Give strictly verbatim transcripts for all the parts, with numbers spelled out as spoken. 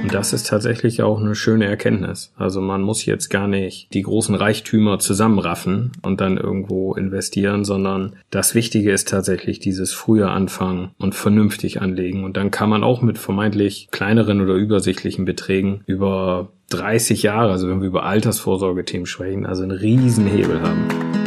Und das ist tatsächlich auch eine schöne Erkenntnis. Also man muss jetzt gar nicht die großen Reichtümer zusammenraffen und dann irgendwo investieren, sondern das Wichtige ist tatsächlich dieses frühe Anfangen und vernünftig anlegen. Und dann kann man auch mit vermeintlich kleineren oder übersichtlichen Beträgen über dreißig Jahre, also wenn wir über Altersvorsorgethemen sprechen, also einen riesen Hebel haben.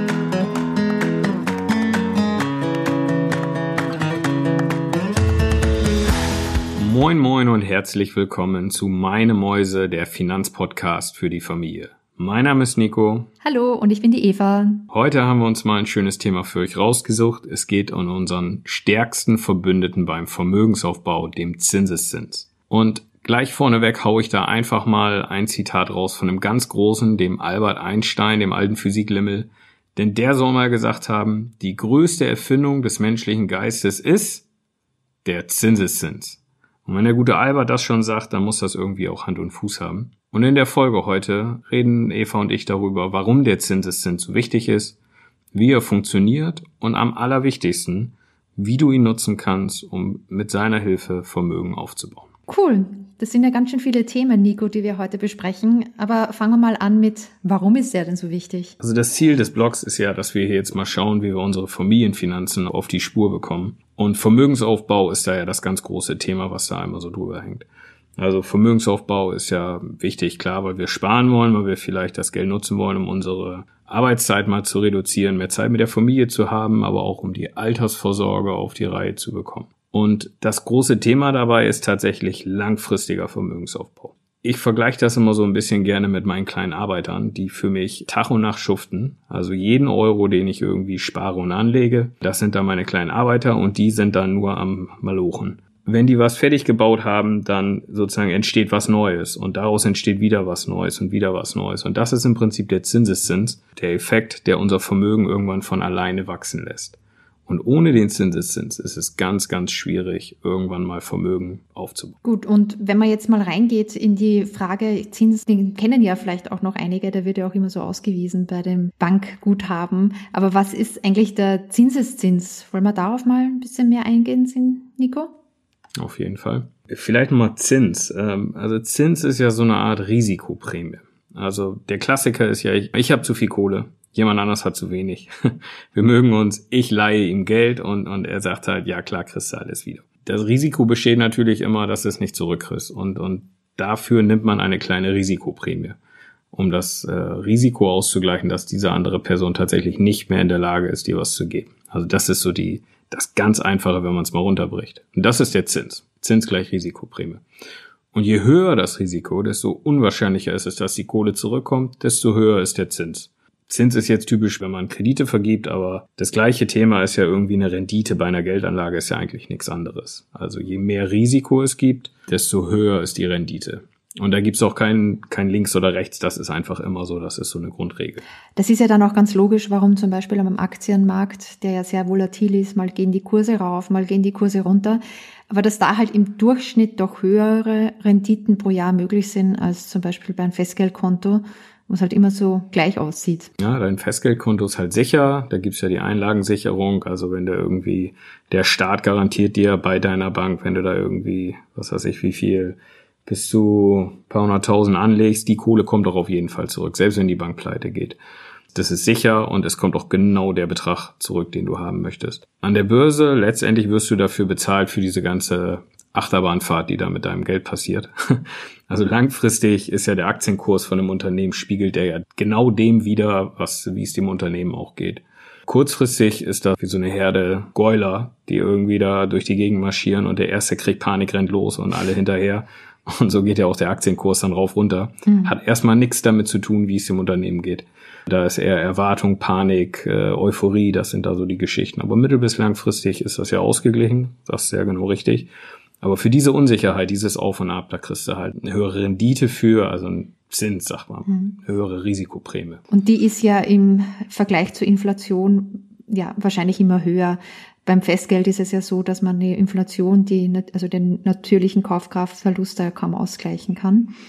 Moin Moin und herzlich willkommen zu Meine Mäuse, der Finanzpodcast für die Familie. Mein Name ist Nico. Hallo und ich bin die Eva. Heute haben wir uns mal ein schönes Thema für euch rausgesucht. Es geht um unseren stärksten Verbündeten beim Vermögensaufbau, dem Zinseszins. Und gleich vorneweg haue ich da einfach mal ein Zitat raus von einem ganz Großen, dem Albert Einstein, dem alten Physiklimmel. Denn der soll mal gesagt haben, die größte Erfindung des menschlichen Geistes ist der Zinseszins. Und wenn der gute Albert das schon sagt, dann muss das irgendwie auch Hand und Fuß haben. Und in der Folge heute reden Eva und ich darüber, warum der Zinseszins so wichtig ist, wie er funktioniert und am allerwichtigsten, wie du ihn nutzen kannst, um mit seiner Hilfe Vermögen aufzubauen. Cool, das sind ja ganz schön viele Themen, Nico, die wir heute besprechen. Aber fangen wir mal an mit, warum ist der denn so wichtig? Also das Ziel des Blogs ist ja, dass wir hier jetzt mal schauen, wie wir unsere Familienfinanzen auf die Spur bekommen. Und Vermögensaufbau ist da ja das ganz große Thema, was da einmal so drüber hängt. Also Vermögensaufbau ist ja wichtig, klar, weil wir sparen wollen, weil wir vielleicht das Geld nutzen wollen, um unsere Arbeitszeit mal zu reduzieren, mehr Zeit mit der Familie zu haben, aber auch um die Altersvorsorge auf die Reihe zu bekommen. Und das große Thema dabei ist tatsächlich langfristiger Vermögensaufbau. Ich vergleiche das immer so ein bisschen gerne mit meinen kleinen Arbeitern, die für mich Tag und Nacht schuften. Also jeden Euro, den ich irgendwie spare und anlege, das sind dann meine kleinen Arbeiter und die sind dann nur am Malochen. Wenn die was fertig gebaut haben, dann sozusagen entsteht was Neues und daraus entsteht wieder was Neues und wieder was Neues. Und das ist im Prinzip der Zinseszins, der Effekt, der unser Vermögen irgendwann von alleine wachsen lässt. Und ohne den Zinseszins ist es ganz, ganz schwierig, irgendwann mal Vermögen aufzubauen. Gut, und wenn man jetzt mal reingeht in die Frage Zins, den kennen ja vielleicht auch noch einige, der wird ja auch immer so ausgewiesen bei dem Bankguthaben. Aber was ist eigentlich der Zinseszins? Wollen wir darauf mal ein bisschen mehr eingehen, Nico? Auf jeden Fall. Vielleicht nochmal Zins. Also Zins ist ja so eine Art Risikoprämie. Also der Klassiker ist ja, ich, ich habe zu viel Kohle. Jemand anders hat zu wenig. Wir mögen uns, ich leihe ihm Geld und, und er sagt halt, ja klar, kriegst du alles wieder. Das Risiko besteht natürlich immer, dass es nicht zurückkriegst und, und dafür nimmt man eine kleine Risikoprämie, um das äh, Risiko auszugleichen, dass diese andere Person tatsächlich nicht mehr in der Lage ist, dir was zu geben. Also das ist so die das ganz Einfache, wenn man es mal runterbricht. Und das ist der Zins. Zins gleich Risikoprämie. Und je höher das Risiko, desto unwahrscheinlicher ist es, dass die Kohle zurückkommt, desto höher ist der Zins. Zins ist jetzt typisch, wenn man Kredite vergibt, aber das gleiche Thema ist ja irgendwie eine Rendite bei einer Geldanlage, ist ja eigentlich nichts anderes. Also je mehr Risiko es gibt, desto höher ist die Rendite. Und da gibt's auch kein, kein Links oder Rechts, das ist einfach immer so, das ist so eine Grundregel. Das ist ja dann auch ganz logisch, warum zum Beispiel am Aktienmarkt, der ja sehr volatil ist, mal gehen die Kurse rauf, mal gehen die Kurse runter, aber dass da halt im Durchschnitt doch höhere Renditen pro Jahr möglich sind als zum Beispiel beim Festgeldkonto, wo es halt immer so gleich aussieht. Ja, dein Festgeldkonto ist halt sicher, da gibt's ja die Einlagensicherung, also wenn da irgendwie, der Staat garantiert dir bei deiner Bank, wenn du da irgendwie, was weiß ich, wie viel, bis zu ein paar hunderttausend anlegst, die Kohle kommt doch auf jeden Fall zurück, selbst wenn die Bank pleite geht. Das ist sicher und es kommt auch genau der Betrag zurück, den du haben möchtest. An der Börse, letztendlich wirst du dafür bezahlt für diese ganze Achterbahnfahrt, die da mit deinem Geld passiert. Also langfristig ist ja der Aktienkurs von einem Unternehmen, spiegelt der ja genau dem wider, was, wie es dem Unternehmen auch geht. Kurzfristig ist das wie so eine Herde Gäuler, die irgendwie da durch die Gegend marschieren und der erste kriegt Panik, rennt los und alle hinterher. Und so geht ja auch der Aktienkurs dann rauf runter. Mhm. Hat erstmal nichts damit zu tun, wie es dem Unternehmen geht. Da ist eher Erwartung, Panik, äh, Euphorie, das sind da so die Geschichten. Aber mittel- bis langfristig ist das ja ausgeglichen, das ist sehr genau richtig. Aber für diese Unsicherheit, dieses Auf und Ab, da kriegst du halt eine höhere Rendite für, also ein Zins, sag mal, mhm. höhere Risikoprämie. Und die ist ja im Vergleich zur Inflation ja wahrscheinlich immer höher. Beim Festgeld ist es ja so, dass man die Inflation, die also den natürlichen Kaufkraftverlust da kaum ausgleichen kann.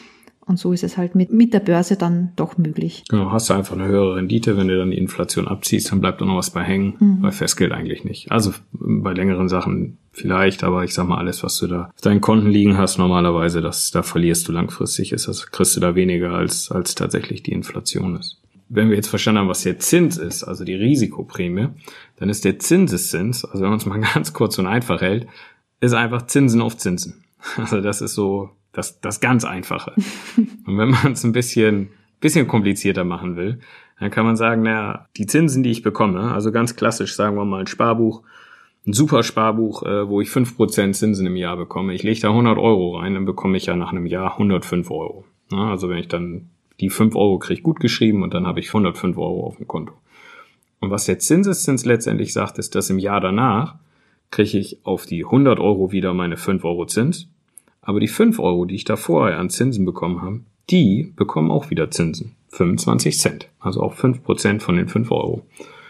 Und so ist es halt mit, mit der Börse dann doch möglich. Genau, hast du einfach eine höhere Rendite, wenn du dann die Inflation abziehst, dann bleibt auch noch was bei hängen, mhm. bei Festgeld eigentlich nicht. Also bei längeren Sachen vielleicht, aber ich sag mal, alles, was du da auf deinen Konten liegen hast, normalerweise, das, da verlierst du langfristig, ist das, kriegst du da weniger, als, als tatsächlich die Inflation ist. Wenn wir jetzt verstanden haben, was der Zins ist, also die Risikoprämie, dann ist der Zinseszins, also wenn man es mal ganz kurz und einfach hält, ist einfach Zinsen auf Zinsen. Also das ist so das, das ganz Einfache. Und wenn man es ein bisschen, bisschen komplizierter machen will, dann kann man sagen, naja, die Zinsen, die ich bekomme, also ganz klassisch, sagen wir mal ein Sparbuch, ein super Sparbuch, äh, wo ich fünf Prozent Zinsen im Jahr bekomme. Ich lege da hundert Euro rein, dann bekomme ich ja nach einem Jahr hundertfünf Euro. Ja, also wenn ich dann die fünf Euro kriege ich gut geschrieben und dann habe ich hundertfünf Euro auf dem Konto. Und was der Zinseszins letztendlich sagt, ist, dass im Jahr danach kriege ich auf die hundert Euro wieder meine fünf Euro Zins, aber die fünf Euro, die ich da vorher an Zinsen bekommen habe, die bekommen auch wieder Zinsen, fünfundzwanzig Cent, also auch fünf Prozent von den fünf Euro.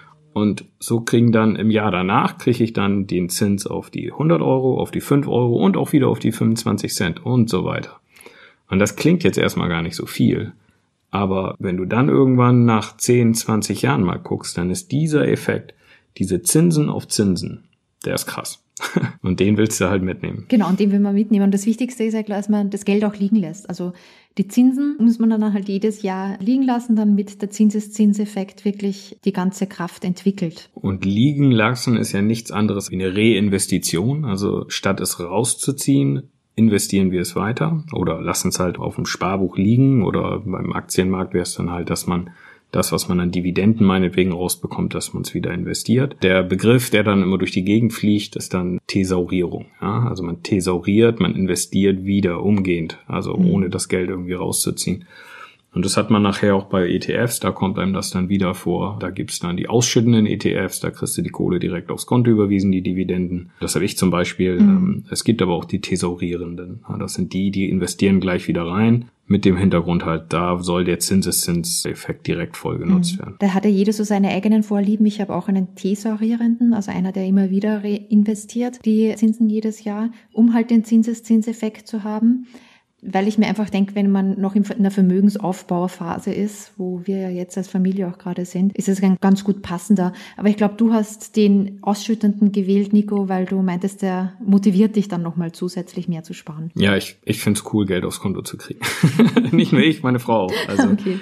Und so kriegen dann im Jahr danach, kriege ich dann den Zins auf die hundert Euro, auf die fünf Euro und auch wieder auf die fünfundzwanzig Cent und so weiter. Und das klingt jetzt erstmal gar nicht so viel. Aber wenn du dann irgendwann nach zehn, zwanzig Jahren mal guckst, dann ist dieser Effekt, diese Zinsen auf Zinsen, der ist krass. Und den willst du halt mitnehmen. Genau, und den will man mitnehmen. Und das Wichtigste ist ja klar, dass man das Geld auch liegen lässt. Also die Zinsen muss man dann halt jedes Jahr liegen lassen, damit der Zinseszinseffekt wirklich die ganze Kraft entwickelt. Und liegen lassen ist ja nichts anderes wie eine Reinvestition. Also statt es rauszuziehen, investieren wir es weiter oder lassen es halt auf dem Sparbuch liegen, oder beim Aktienmarkt wäre es dann halt, dass man das, was man an Dividenden meinetwegen rausbekommt, dass man es wieder investiert. Der Begriff, der dann immer durch die Gegend fliegt, ist dann Thesaurierung. Ja? Also man thesauriert, man investiert wieder umgehend, also mhm. ohne das Geld irgendwie rauszuziehen. Und das hat man nachher auch bei E T Fs, da kommt einem das dann wieder vor. Da gibt's dann die ausschüttenden E T Fs, da kriegst du die Kohle direkt aufs Konto überwiesen, die Dividenden. Das habe ich zum Beispiel. Mhm. Es gibt aber auch die Thesaurierenden. Das sind die, die investieren gleich wieder rein. Mit dem Hintergrund halt, da soll der Zinseszinseffekt direkt voll genutzt mhm. werden. Da hat ja jeder so seine eigenen Vorlieben. Ich habe auch einen Thesaurierenden, also einer, der immer wieder reinvestiert, die Zinsen jedes Jahr, um halt den Zinseszinseffekt zu haben. Weil ich mir einfach denke, wenn man noch in einer Vermögensaufbauphase ist, wo wir ja jetzt als Familie auch gerade sind, ist es ganz gut passender. Aber ich glaube, du hast den Ausschüttenden gewählt, Nico, weil du meintest, der motiviert dich dann nochmal zusätzlich mehr zu sparen. Ja, ich ich finde es cool, Geld aufs Konto zu kriegen. Nicht nur ich, meine Frau auch. Also, okay.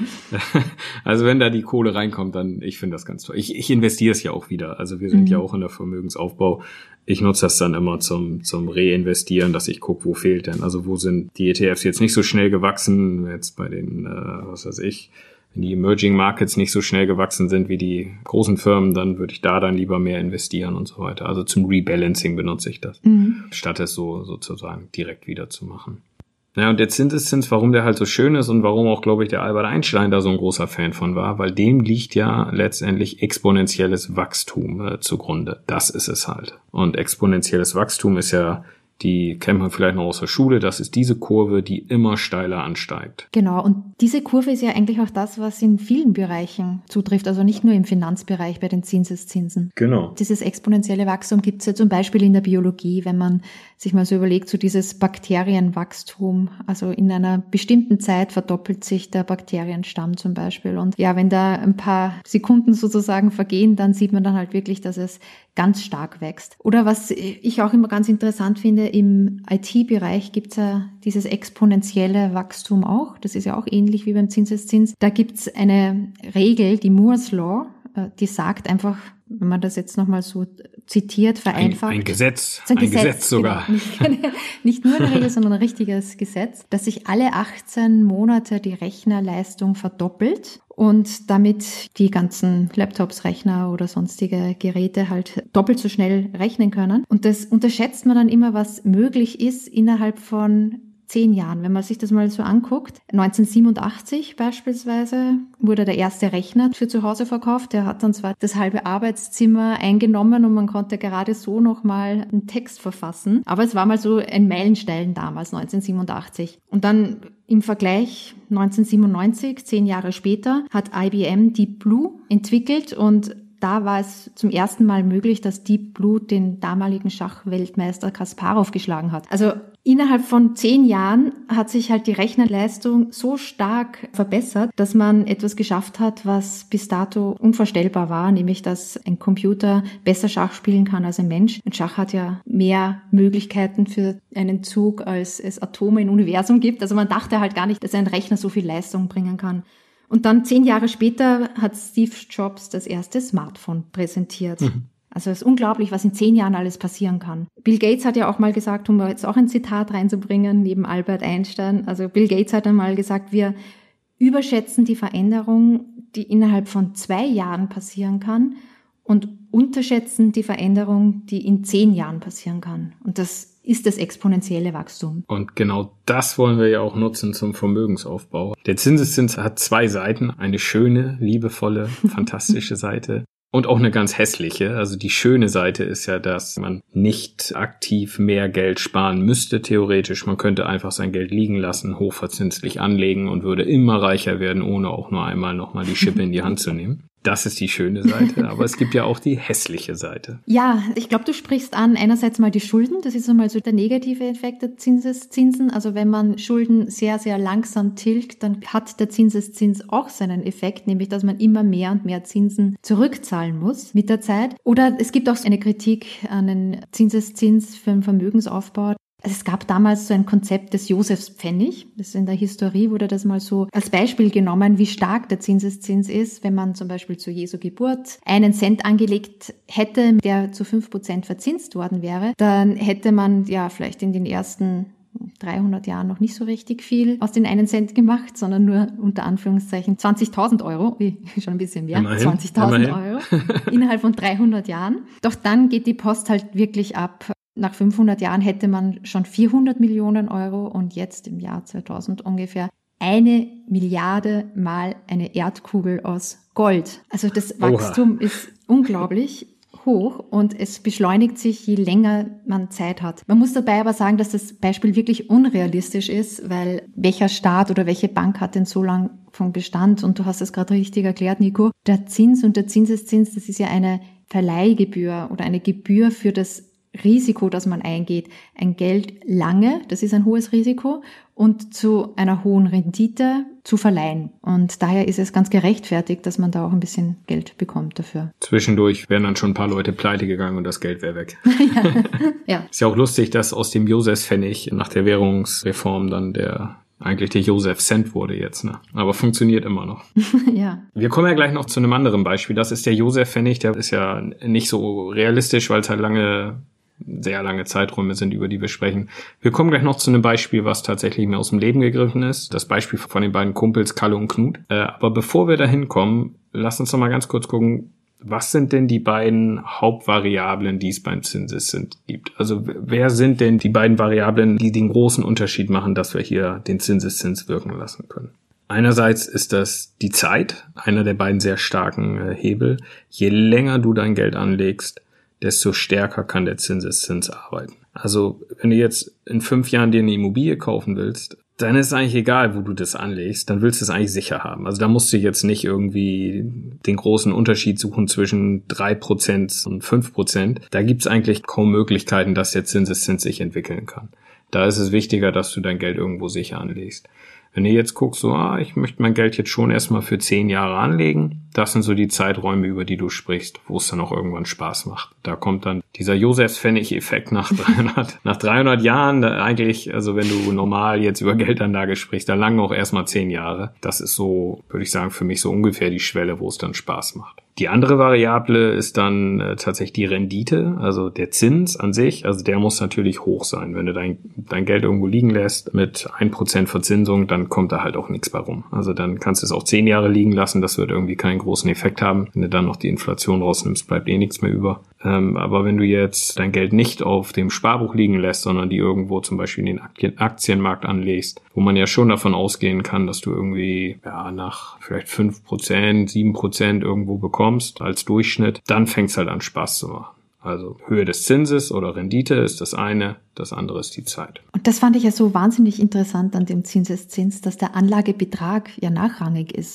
Also wenn da die Kohle reinkommt, dann, ich finde das ganz toll. Ich, ich investiere es ja auch wieder. Also wir sind mhm. ja auch in der Vermögensaufbau. Ich nutze das dann immer zum zum Reinvestieren, dass ich gucke, wo fehlt denn. Also wo sind die E T Fs jetzt nicht so schnell gewachsen, jetzt bei den, äh, was weiß ich, wenn die Emerging Markets nicht so schnell gewachsen sind wie die großen Firmen, dann würde ich da dann lieber mehr investieren und so weiter. Also zum Rebalancing benutze ich das, mhm. statt es so sozusagen direkt wieder zu machen. Ja, und der Zinseszins, warum der halt so schön ist und warum auch, glaube ich, der Albert Einstein da so ein großer Fan von war, weil dem liegt ja letztendlich exponentielles Wachstum äh, zugrunde. Das ist es halt. Und exponentielles Wachstum ist ja, die kennt man vielleicht noch aus der Schule, das ist diese Kurve, die immer steiler ansteigt. Genau, und diese Kurve ist ja eigentlich auch das, was in vielen Bereichen zutrifft, also nicht nur im Finanzbereich bei den Zinseszinsen. Genau. Dieses exponentielle Wachstum gibt es ja zum Beispiel in der Biologie, wenn man sich mal so überlegt, so dieses Bakterienwachstum, also in einer bestimmten Zeit verdoppelt sich der Bakterienstamm zum Beispiel. Und ja, wenn da ein paar Sekunden sozusagen vergehen, dann sieht man dann halt wirklich, dass es ganz stark wächst. Oder was ich auch immer ganz interessant finde, im I T-Bereich gibt's ja dieses exponentielle Wachstum auch. Das ist ja auch ähnlich wie beim Zinseszins. Da gibt's eine Regel, die Moore's Law, die sagt einfach, wenn man das jetzt nochmal so zitiert, vereinfacht. Ein, ein Gesetz, ein, ein Gesetz, Gesetz sogar. Genau. Nicht, nicht nur eine Regel, sondern ein richtiges Gesetz, dass sich alle achtzehn Monate die Rechnerleistung verdoppelt und damit die ganzen Laptops, Rechner oder sonstige Geräte halt doppelt so schnell rechnen können. Und das unterschätzt man dann immer, was möglich ist innerhalb von zehn Jahren. Wenn man sich das mal so anguckt, neunzehnhundertsiebenundachtzig beispielsweise wurde der erste Rechner für zu Hause verkauft. Der hat dann zwar das halbe Arbeitszimmer eingenommen und man konnte gerade so nochmal einen Text verfassen, aber es war mal so ein Meilenstein damals, neunzehnhundertsiebenundachtzig. Und dann im Vergleich neunzehnhundertsiebenundneunzig, zehn Jahre später, hat I B M Deep Blue entwickelt und da war es zum ersten Mal möglich, dass Deep Blue den damaligen Schachweltmeister Kasparow geschlagen hat. Also innerhalb von zehn Jahren hat sich halt die Rechnerleistung so stark verbessert, dass man etwas geschafft hat, was bis dato unvorstellbar war, nämlich dass ein Computer besser Schach spielen kann als ein Mensch. Ein Schach hat ja mehr Möglichkeiten für einen Zug, als es Atome im Universum gibt. Also man dachte halt gar nicht, dass ein Rechner so viel Leistung bringen kann. Und dann zehn Jahre später hat Steve Jobs das erste Smartphone präsentiert. Mhm. Also es ist unglaublich, was in zehn Jahren alles passieren kann. Bill Gates hat ja auch mal gesagt, um jetzt auch ein Zitat reinzubringen, neben Albert Einstein, also Bill Gates hat einmal gesagt, wir überschätzen die Veränderung, die innerhalb von zwei Jahren passieren kann und unterschätzen die Veränderung, die in zehn Jahren passieren kann. Und das ist das exponentielle Wachstum. Und genau das wollen wir ja auch nutzen zum Vermögensaufbau. Der Zinseszins hat zwei Seiten, eine schöne, liebevolle, fantastische Seite und auch eine ganz hässliche. Also die schöne Seite ist ja, dass man nicht aktiv mehr Geld sparen müsste, theoretisch. Man könnte einfach sein Geld liegen lassen, hochverzinslich anlegen und würde immer reicher werden, ohne auch nur einmal nochmal die Schippe in die Hand zu nehmen. Das ist die schöne Seite, aber es gibt ja auch die hässliche Seite. Ja, ich glaube, du sprichst an einerseits mal die Schulden. Das ist einmal so der negative Effekt der Zinseszinsen. Also wenn man Schulden sehr, sehr langsam tilgt, dann hat der Zinseszins auch seinen Effekt, nämlich dass man immer mehr und mehr Zinsen zurückzahlen muss mit der Zeit. Oder es gibt auch eine Kritik an den Zinseszins für den Vermögensaufbau. Also es gab damals so ein Konzept des Josefspfennig. Das ist in der Historie, wurde das mal so als Beispiel genommen, wie stark der Zinseszins ist, wenn man zum Beispiel zu Jesu Geburt einen Cent angelegt hätte, der zu fünf Prozent verzinst worden wäre, dann hätte man ja vielleicht in den ersten dreihundert Jahren noch nicht so richtig viel aus den einen Cent gemacht, sondern nur unter Anführungszeichen zwanzigtausend Euro, wie schon ein bisschen mehr, zwanzigtausend Euro innerhalb von dreihundert Jahren. Doch dann geht die Post halt wirklich ab. Nach fünfhundert Jahren hätte man schon vierhundert Millionen Euro und jetzt im Jahr zweitausend ungefähr eine Milliarde mal eine Erdkugel aus Gold. Also das Wachstum Oha. Ist unglaublich hoch und es beschleunigt sich, je länger man Zeit hat. Man muss dabei aber sagen, dass das Beispiel wirklich unrealistisch ist, weil welcher Staat oder welche Bank hat denn so lang von Bestand? Und du hast es gerade richtig erklärt, Nico. Der Zins und der Zinseszins, das ist ja eine Verleihgebühr oder eine Gebühr für das Risiko, das man eingeht, ein Geld lange, das ist ein hohes Risiko, und zu einer hohen Rendite zu verleihen. Und daher ist es ganz gerechtfertigt, dass man da auch ein bisschen Geld bekommt dafür. Zwischendurch wären dann schon ein paar Leute pleite gegangen und das Geld wäre weg. ja. ja. Ist ja auch lustig, dass aus dem Josefspfennig nach der Währungsreform dann der eigentlich der Josef Cent wurde jetzt, ne? Aber funktioniert immer noch. ja. Wir kommen ja gleich noch zu einem anderen Beispiel. Das ist der Josef Pfennig. Der ist ja nicht so realistisch, weil es halt lange sehr lange Zeiträume sind, über die wir sprechen. Wir kommen gleich noch zu einem Beispiel, was tatsächlich mir aus dem Leben gegriffen ist. Das Beispiel von den beiden Kumpels Kalle und Knut. Äh, aber bevor wir da hinkommen, lass uns noch mal ganz kurz gucken, was sind denn die beiden Hauptvariablen, die es beim Zinseszins gibt? Also wer sind denn die beiden Variablen, die den großen Unterschied machen, dass wir hier den Zinseszins wirken lassen können? Einerseits ist das die Zeit, einer der beiden sehr starken äh, Hebel. Je länger du dein Geld anlegst, desto stärker kann der Zinseszins arbeiten. Also wenn du jetzt in fünf Jahren dir eine Immobilie kaufen willst, dann ist es eigentlich egal, wo du das anlegst, dann willst du es eigentlich sicher haben. Also da musst du jetzt nicht irgendwie den großen Unterschied suchen zwischen drei Prozent und fünf Prozent. Da gibt es eigentlich kaum Möglichkeiten, dass der Zinseszins sich entwickeln kann. Da ist es wichtiger, dass du dein Geld irgendwo sicher anlegst. Wenn du jetzt guckst, so, ah, ich möchte mein Geld jetzt schon erstmal für zehn Jahre anlegen, das sind so die Zeiträume, über die du sprichst, wo es dann auch irgendwann Spaß macht. Da kommt dann dieser Josefspfennig-Effekt nach dreihundert, nach dreihundert Jahren, eigentlich, also wenn du normal jetzt über Geldanlage sprichst, dann langen auch erstmal zehn Jahre. Das ist so, würde ich sagen, für mich so ungefähr die Schwelle, wo es dann Spaß macht. Die andere Variable ist dann äh, tatsächlich die Rendite, also der Zins an sich. Also der muss natürlich hoch sein. Wenn du dein, dein Geld irgendwo liegen lässt mit ein Prozent Verzinsung, dann kommt da halt auch nichts bei rum. Also dann kannst du es auch zehn Jahre liegen lassen. Das wird irgendwie keinen großen Effekt haben. Wenn du dann noch die Inflation rausnimmst, bleibt eh nichts mehr über. Ähm, aber wenn du jetzt dein Geld nicht auf dem Sparbuch liegen lässt, sondern die irgendwo zum Beispiel in den Aktien- Aktienmarkt anlegst, wo man ja schon davon ausgehen kann, dass du irgendwie ja nach vielleicht fünf Prozent, sieben Prozent irgendwo bekommst als Durchschnitt, dann fängt es halt an Spaß zu machen. Also Höhe des Zinses oder Rendite ist das eine, das andere ist die Zeit. Und das fand ich ja so wahnsinnig interessant an dem Zinseszins, dass der Anlagebetrag ja nachrangig ist.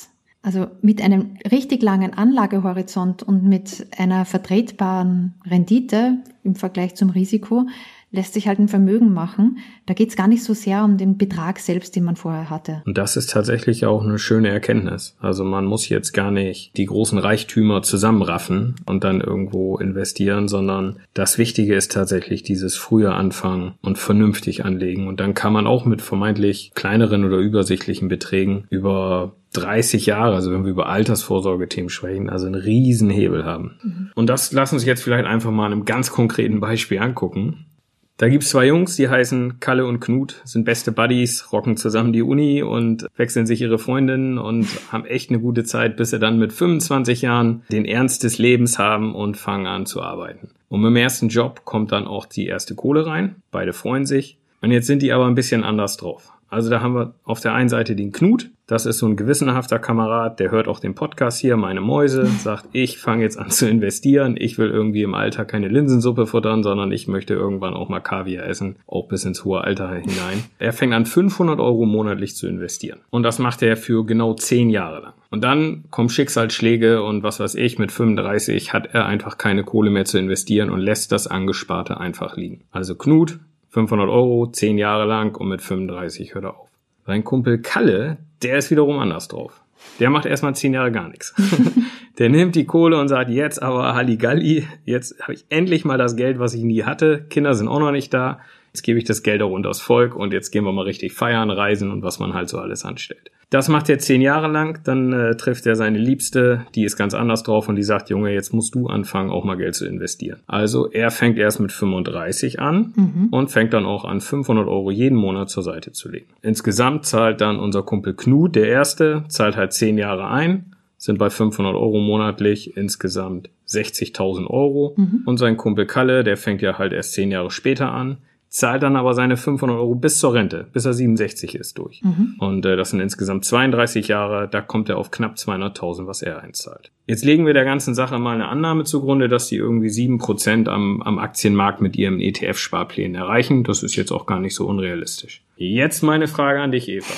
Also mit einem richtig langen Anlagehorizont und mit einer vertretbaren Rendite im Vergleich zum Risiko lässt sich halt ein Vermögen machen. Da geht es gar nicht so sehr um den Betrag selbst, den man vorher hatte. Und das ist tatsächlich auch eine schöne Erkenntnis. Also man muss jetzt gar nicht die großen Reichtümer zusammenraffen und dann irgendwo investieren, sondern das Wichtige ist tatsächlich dieses frühe Anfangen und vernünftig anlegen. Und dann kann man auch mit vermeintlich kleineren oder übersichtlichen Beträgen über dreißig Jahre, also wenn wir über Altersvorsorgethemen sprechen, also einen riesen Hebel haben. Mhm. Und das lassen wir uns jetzt vielleicht einfach mal an einem ganz konkreten Beispiel angucken. Da gibt's zwei Jungs, die heißen Kalle und Knut, sind beste Buddies, rocken zusammen die Uni und wechseln sich ihre Freundinnen und haben echt eine gute Zeit, bis sie dann mit fünfundzwanzig Jahren den Ernst des Lebens haben und fangen an zu arbeiten. Und mit dem ersten Job kommt dann auch die erste Kohle rein, beide freuen sich. Und jetzt sind die aber ein bisschen anders drauf. Also da haben wir auf der einen Seite den Knut, das ist so ein gewissenhafter Kamerad, der hört auch den Podcast hier, meine Mäuse, sagt, ich fange jetzt an zu investieren, ich will irgendwie im Alter keine Linsensuppe futtern, sondern ich möchte irgendwann auch mal Kaviar essen, auch bis ins hohe Alter hinein. Er fängt an, fünfhundert Euro monatlich zu investieren. Und das macht er für genau zehn Jahre lang. Und dann kommen Schicksalsschläge und was weiß ich, mit fünfunddreißig hat er einfach keine Kohle mehr zu investieren und lässt das Angesparte einfach liegen. Also Knut, fünfhundert Euro, zehn Jahre lang und mit fünfunddreißig hört er auf. Sein Kumpel Kalle, der ist wiederum anders drauf. Der macht erstmal zehn Jahre gar nichts. Der nimmt die Kohle und sagt, jetzt aber Halligalli, jetzt habe ich endlich mal das Geld, was ich nie hatte. Kinder sind auch noch nicht da. Jetzt gebe ich das Geld auch unters Volk und jetzt gehen wir mal richtig feiern, reisen und was man halt so alles anstellt. Das macht er zehn Jahre lang, dann äh, trifft er seine Liebste, die ist ganz anders drauf und die sagt, Junge, jetzt musst du anfangen, auch mal Geld zu investieren. Also er fängt erst mit fünfunddreißig an mhm. und fängt dann auch an, fünfhundert Euro jeden Monat zur Seite zu legen. Insgesamt zahlt dann unser Kumpel Knut, der Erste, zahlt halt zehn Jahre ein, sind bei fünfhundert Euro monatlich insgesamt sechzigtausend Euro. Mhm. Und sein Kumpel Kalle, der fängt ja halt erst zehn Jahre später an, zahlt dann aber seine fünfhundert Euro bis zur Rente, bis er siebenundsechzig ist durch. Mhm. Und äh, das sind insgesamt zweiunddreißig Jahre, da kommt er auf knapp zweihunderttausend, was er einzahlt. Jetzt legen wir der ganzen Sache mal eine Annahme zugrunde, dass die irgendwie sieben Prozent am, am Aktienmarkt mit ihren E T F-Sparplänen erreichen. Das ist jetzt auch gar nicht so unrealistisch. Jetzt meine Frage an dich, Eva.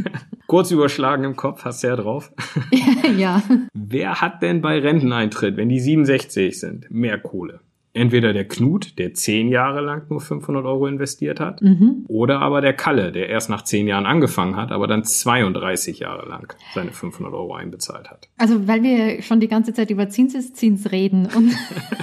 Kurz überschlagen im Kopf, hast du ja drauf. Ja. Wer hat denn bei Renteneintritt, wenn die siebenundsechzig sind, mehr Kohle? Entweder der Knut, der zehn Jahre lang nur fünfhundert Euro investiert hat, mhm. oder aber der Kalle, der erst nach zehn Jahren angefangen hat, aber dann zweiunddreißig Jahre lang seine fünfhundert Euro einbezahlt hat. Also weil wir schon die ganze Zeit über Zinseszins reden und,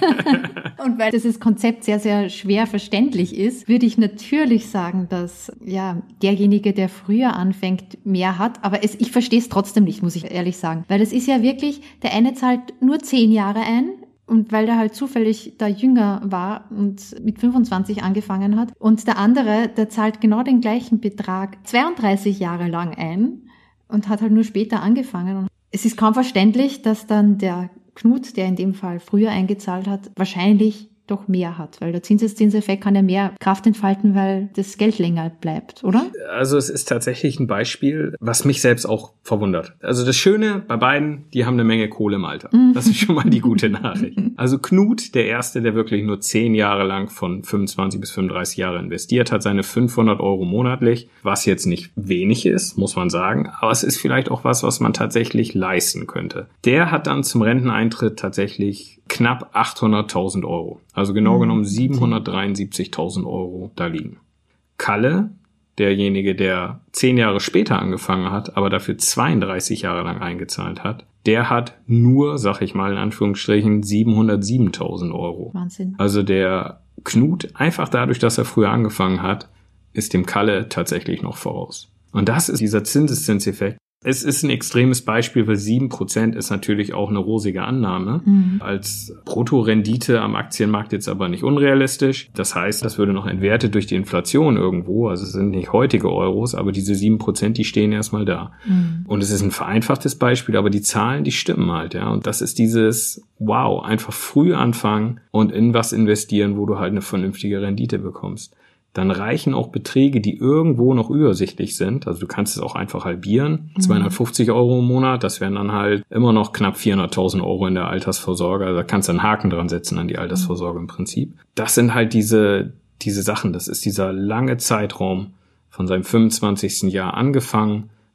und weil dieses Konzept sehr, sehr schwer verständlich ist, würde ich natürlich sagen, dass ja derjenige, der früher anfängt, mehr hat. Aber es, ich verstehe es trotzdem nicht, muss ich ehrlich sagen. Weil es ist ja wirklich, der eine zahlt nur zehn Jahre ein, und weil der halt zufällig da jünger war und mit fünfundzwanzig angefangen hat. Und der andere, der zahlt genau den gleichen Betrag zweiunddreißig Jahre lang ein und hat halt nur später angefangen. Und es ist kaum verständlich, dass dann der Knut, der in dem Fall früher eingezahlt hat, wahrscheinlich doch mehr hat, weil der Zinseszinseffekt kann ja mehr Kraft entfalten, weil das Geld länger bleibt, oder? Also es ist tatsächlich ein Beispiel, was mich selbst auch verwundert. Also das Schöne bei beiden, die haben eine Menge Kohle im Alter. Das ist schon mal die gute Nachricht. Also Knut, der Erste, der wirklich nur zehn Jahre lang von fünfundzwanzig bis fünfunddreißig Jahre investiert hat, seine fünfhundert Euro monatlich, was jetzt nicht wenig ist, muss man sagen, aber es ist vielleicht auch was, was man tatsächlich leisten könnte. Der hat dann zum Renteneintritt tatsächlich knapp achthunderttausend Euro. Also genau genommen siebenhundertdreiundsiebzigtausend Euro da liegen. Kalle, derjenige, der zehn Jahre später angefangen hat, aber dafür zweiunddreißig Jahre lang eingezahlt hat, der hat nur, sag ich mal in Anführungsstrichen, siebenhundertsiebentausend Euro. Wahnsinn. Also der Knut, einfach dadurch, dass er früher angefangen hat, ist dem Kalle tatsächlich noch voraus. Und das ist dieser Zinseszinseffekt. Es ist ein extremes Beispiel, weil sieben Prozent ist natürlich auch eine rosige Annahme. Mhm. Als Bruttorendite am Aktienmarkt jetzt aber nicht unrealistisch. Das heißt, das würde noch entwertet durch die Inflation irgendwo. Also es sind nicht heutige Euros, aber diese sieben Prozent, die stehen erstmal da. Mhm. Und es ist ein vereinfachtes Beispiel, aber die Zahlen, die stimmen halt, ja. Und das ist dieses, wow, einfach früh anfangen und in was investieren, wo du halt eine vernünftige Rendite bekommst. Dann reichen auch Beträge, die irgendwo noch übersichtlich sind. Also du kannst es auch einfach halbieren. Mhm. zweihundertfünfzig Euro im Monat, das wären dann halt immer noch knapp vierhunderttausend Euro in der Altersvorsorge. Also da kannst du einen Haken dran setzen an die Altersvorsorge im Prinzip. Das sind halt diese, diese Sachen. Das ist dieser lange Zeitraum von seinem fünfundzwanzigsten Jahr angefangen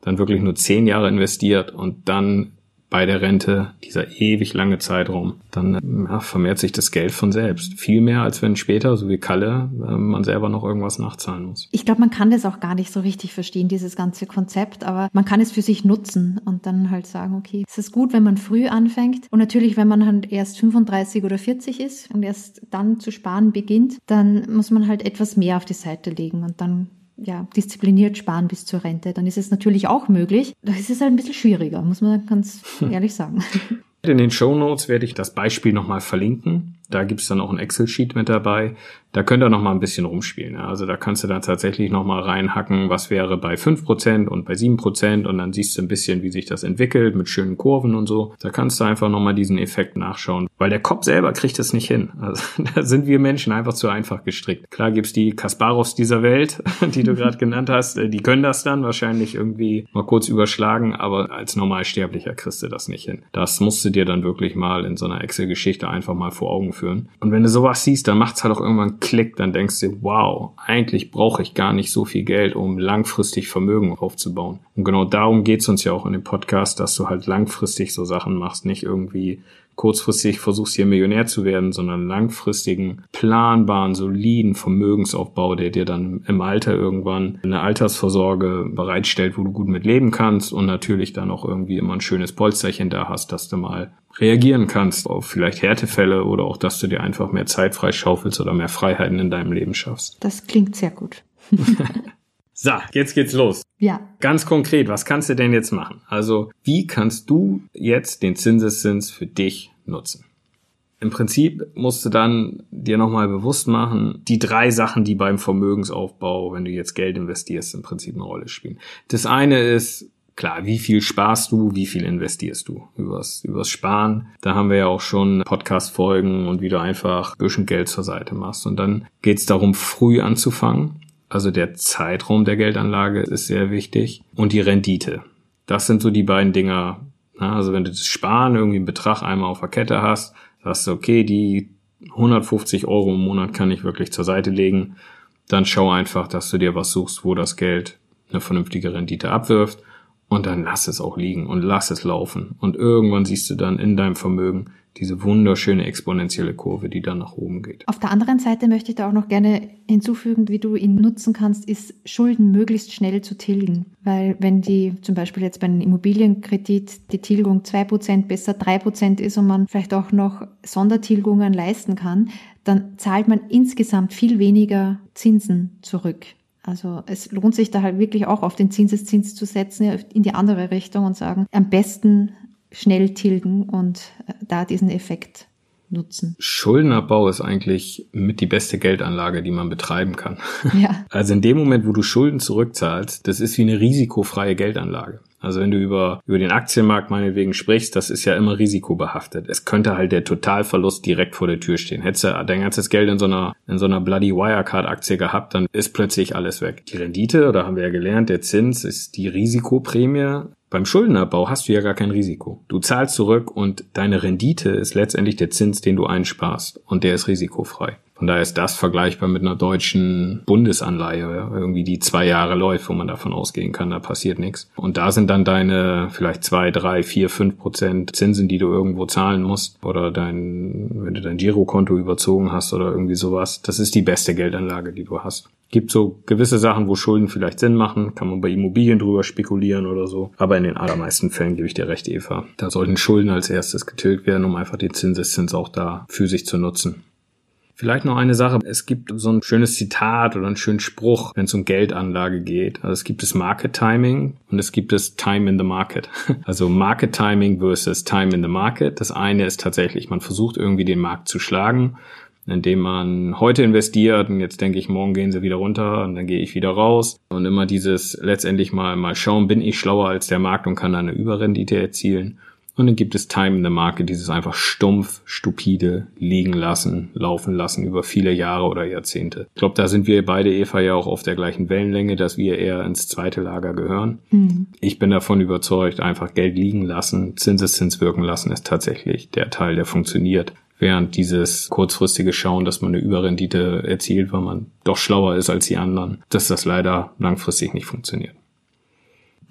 dann wirklich nur zehn Jahre investiert und dann bei der Rente, dieser ewig lange Zeitraum, dann ja, vermehrt sich das Geld von selbst. Viel mehr, als wenn später, so wie Kalle, man selber noch irgendwas nachzahlen muss. Ich glaube, man kann das auch gar nicht so richtig verstehen, dieses ganze Konzept, aber man kann es für sich nutzen und dann halt sagen, okay, es ist gut, wenn man früh anfängt und natürlich, wenn man halt erst fünfunddreißig oder vierzig ist und erst dann zu sparen beginnt, dann muss man halt etwas mehr auf die Seite legen und dann ja, diszipliniert sparen bis zur Rente, dann ist es natürlich auch möglich. Das ist halt ein bisschen schwieriger, muss man ganz ehrlich sagen. In den Shownotes werde ich das Beispiel nochmal verlinken. Da gibt es dann auch ein Excel-Sheet mit dabei. Da könnt ihr nochmal ein bisschen rumspielen. Also da kannst du dann tatsächlich nochmal reinhacken, was wäre bei fünf Prozent und bei sieben Prozent und dann siehst du ein bisschen, wie sich das entwickelt mit schönen Kurven und so. Da kannst du einfach nochmal diesen Effekt nachschauen, weil der Kopf selber kriegt es nicht hin. Also da sind wir Menschen einfach zu einfach gestrickt. Klar gibt's die Kasparovs dieser Welt, die du gerade genannt hast, die können das dann wahrscheinlich irgendwie mal kurz überschlagen, aber als Normalsterblicher kriegst du das nicht hin. Das musst du dir dann wirklich mal in so einer Excel-Geschichte einfach mal vor Augen führen. Und wenn du sowas siehst, dann macht's halt auch irgendwann Klick, dann denkst du, wow, eigentlich brauche ich gar nicht so viel Geld, um langfristig Vermögen aufzubauen. Und genau darum geht's uns ja auch in dem Podcast, dass du halt langfristig so Sachen machst, nicht irgendwie kurzfristig versuchst hier Millionär zu werden, sondern langfristigen, planbaren, soliden Vermögensaufbau, der dir dann im Alter irgendwann eine Altersvorsorge bereitstellt, wo du gut mit leben kannst und natürlich dann auch irgendwie immer ein schönes Polsterchen da hast, dass du mal reagieren kannst auf vielleicht Härtefälle oder auch, dass du dir einfach mehr Zeit freischaufelst oder mehr Freiheiten in deinem Leben schaffst. Das klingt sehr gut. So, jetzt geht's los. Ja. Ganz konkret, was kannst du denn jetzt machen? Also, wie kannst du jetzt den Zinseszins für dich nutzen? Im Prinzip musst du dann dir nochmal bewusst machen, die drei Sachen, die beim Vermögensaufbau, wenn du jetzt Geld investierst, im Prinzip eine Rolle spielen. Das eine ist, klar, wie viel sparst du, wie viel investierst du? Übers, übers Sparen, da haben wir ja auch schon Podcast-Folgen und wie du einfach ein bisschen Geld zur Seite machst. Und dann geht's darum, früh anzufangen. Also der Zeitraum der Geldanlage ist sehr wichtig und die Rendite. Das sind so die beiden Dinger. Also wenn du das Sparen irgendwie einen Betrag einmal auf der Kette hast, sagst du, okay, die hundertfünfzig Euro im Monat kann ich wirklich zur Seite legen, dann schau einfach, dass du dir was suchst, wo das Geld eine vernünftige Rendite abwirft und dann lass es auch liegen und lass es laufen. Und irgendwann siehst du dann in deinem Vermögen diese wunderschöne exponentielle Kurve, die dann nach oben geht. Auf der anderen Seite möchte ich da auch noch gerne hinzufügen, wie du ihn nutzen kannst, ist Schulden möglichst schnell zu tilgen. Weil wenn die zum Beispiel jetzt bei einem Immobilienkredit die Tilgung zwei Prozent besser drei Prozent ist und man vielleicht auch noch Sondertilgungen leisten kann, dann zahlt man insgesamt viel weniger Zinsen zurück. Also es lohnt sich da halt wirklich auch auf den Zinseszins zu setzen, in die andere Richtung und sagen, am besten schnell tilgen und da diesen Effekt nutzen. Schuldenabbau ist eigentlich mit die beste Geldanlage, die man betreiben kann. Ja. Also in dem Moment, wo du Schulden zurückzahlst, das ist wie eine risikofreie Geldanlage. Also wenn du über über den Aktienmarkt meinetwegen sprichst, das ist ja immer risikobehaftet. Es könnte halt der Totalverlust direkt vor der Tür stehen. Hättest du dein ganzes Geld in so einer in so einer bloody Wirecard-Aktie gehabt, dann ist plötzlich alles weg. Die Rendite, oder haben wir ja gelernt, der Zins ist die Risikoprämie. Beim Schuldenabbau hast du ja gar kein Risiko. Du zahlst zurück und deine Rendite ist letztendlich der Zins, den du einsparst. Und der ist risikofrei. Von daher ist das vergleichbar mit einer deutschen Bundesanleihe, ja, irgendwie die zwei Jahre läuft, wo man davon ausgehen kann, da passiert nichts. Und da sind dann deine vielleicht zwei, drei, vier, fünf Prozent Zinsen, die du irgendwo zahlen musst. Oder dein, wenn du dein Girokonto überzogen hast oder irgendwie sowas. Das ist die beste Geldanlage, die du hast. Gibt so gewisse Sachen, wo Schulden vielleicht Sinn machen, kann man bei Immobilien drüber spekulieren oder so. Aber in den allermeisten Fällen gebe ich dir recht, Eva. Da sollten Schulden als erstes getilgt werden, um einfach den Zinseszins auch da für sich zu nutzen. Vielleicht noch eine Sache. Es gibt so ein schönes Zitat oder einen schönen Spruch, wenn es um Geldanlage geht. Also es gibt das Market Timing und es gibt das Time in the Market. Also Market Timing versus Time in the Market. Das eine ist tatsächlich, man versucht irgendwie den Markt zu schlagen, indem man heute investiert und jetzt denke ich, morgen gehen sie wieder runter und dann gehe ich wieder raus. Und immer dieses letztendlich mal mal schauen, bin ich schlauer als der Markt und kann da eine Überrendite erzielen. Und dann gibt es Time in the Market, dieses einfach stumpf, stupide liegen lassen, laufen lassen über viele Jahre oder Jahrzehnte. Ich glaube, da sind wir beide, Eva, ja auch auf der gleichen Wellenlänge, dass wir eher ins zweite Lager gehören. Mhm. Ich bin davon überzeugt, einfach Geld liegen lassen, Zinseszins wirken lassen, ist tatsächlich der Teil, der funktioniert. Während dieses kurzfristige Schauen, dass man eine Überrendite erzielt, weil man doch schlauer ist als die anderen, dass das leider langfristig nicht funktioniert.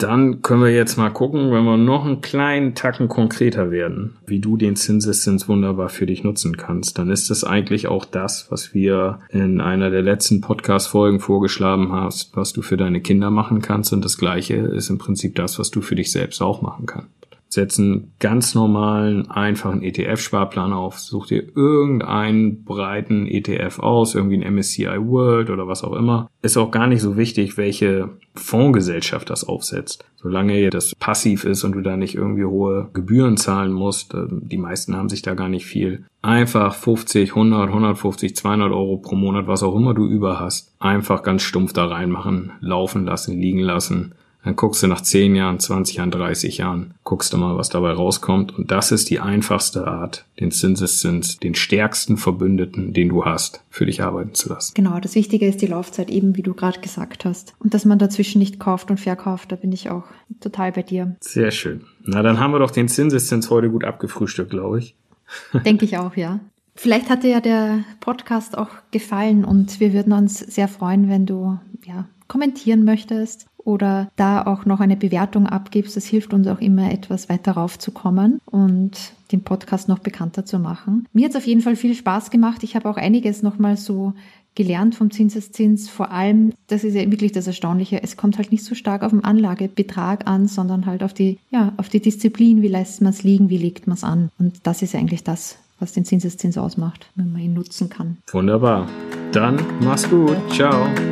Dann können wir jetzt mal gucken, wenn wir noch einen kleinen Tacken konkreter werden, wie du den Zinseszins wunderbar für dich nutzen kannst. Dann ist es eigentlich auch das, was wir in einer der letzten Podcast-Folgen vorgeschlagen hast, was du für deine Kinder machen kannst. Und das Gleiche ist im Prinzip das, was du für dich selbst auch machen kannst. Setz einen ganz normalen, einfachen E T F-Sparplan auf. Such dir irgendeinen breiten E T F aus, irgendwie ein M S C I World oder was auch immer. Ist auch gar nicht so wichtig, welche Fondsgesellschaft das aufsetzt. Solange das passiv ist und du da nicht irgendwie hohe Gebühren zahlen musst, die meisten haben sich da gar nicht viel. Einfach fünfzig, hundert, hundertfünfzig, zweihundert Euro pro Monat, was auch immer du über hast, einfach ganz stumpf da reinmachen, laufen lassen, liegen lassen. Dann guckst du nach zehn Jahren, zwanzig Jahren, dreißig Jahren, guckst du mal, was dabei rauskommt. Und das ist die einfachste Art, den Zinseszins, den stärksten Verbündeten, den du hast, für dich arbeiten zu lassen. Genau, das Wichtige ist die Laufzeit, eben wie du gerade gesagt hast. Und dass man dazwischen nicht kauft und verkauft, da bin ich auch total bei dir. Sehr schön. Na, dann haben wir doch den Zinseszins heute gut abgefrühstückt, glaube ich. Denke ich auch, ja. Vielleicht hat dir ja der Podcast auch gefallen und wir würden uns sehr freuen, wenn du ja kommentieren möchtest oder da auch noch eine Bewertung abgibst. Das hilft uns auch immer, etwas weiter raufzukommen und den Podcast noch bekannter zu machen. Mir hat es auf jeden Fall viel Spaß gemacht. Ich habe auch einiges nochmal so gelernt vom Zinseszins. Vor allem, das ist ja wirklich das Erstaunliche, es kommt halt nicht so stark auf den Anlagebetrag an, sondern halt auf die, ja, auf die Disziplin. Wie lässt man es liegen, wie legt man es an? Und das ist eigentlich das, was den Zinseszins ausmacht, wenn man ihn nutzen kann. Wunderbar. Dann mach's gut. Ciao.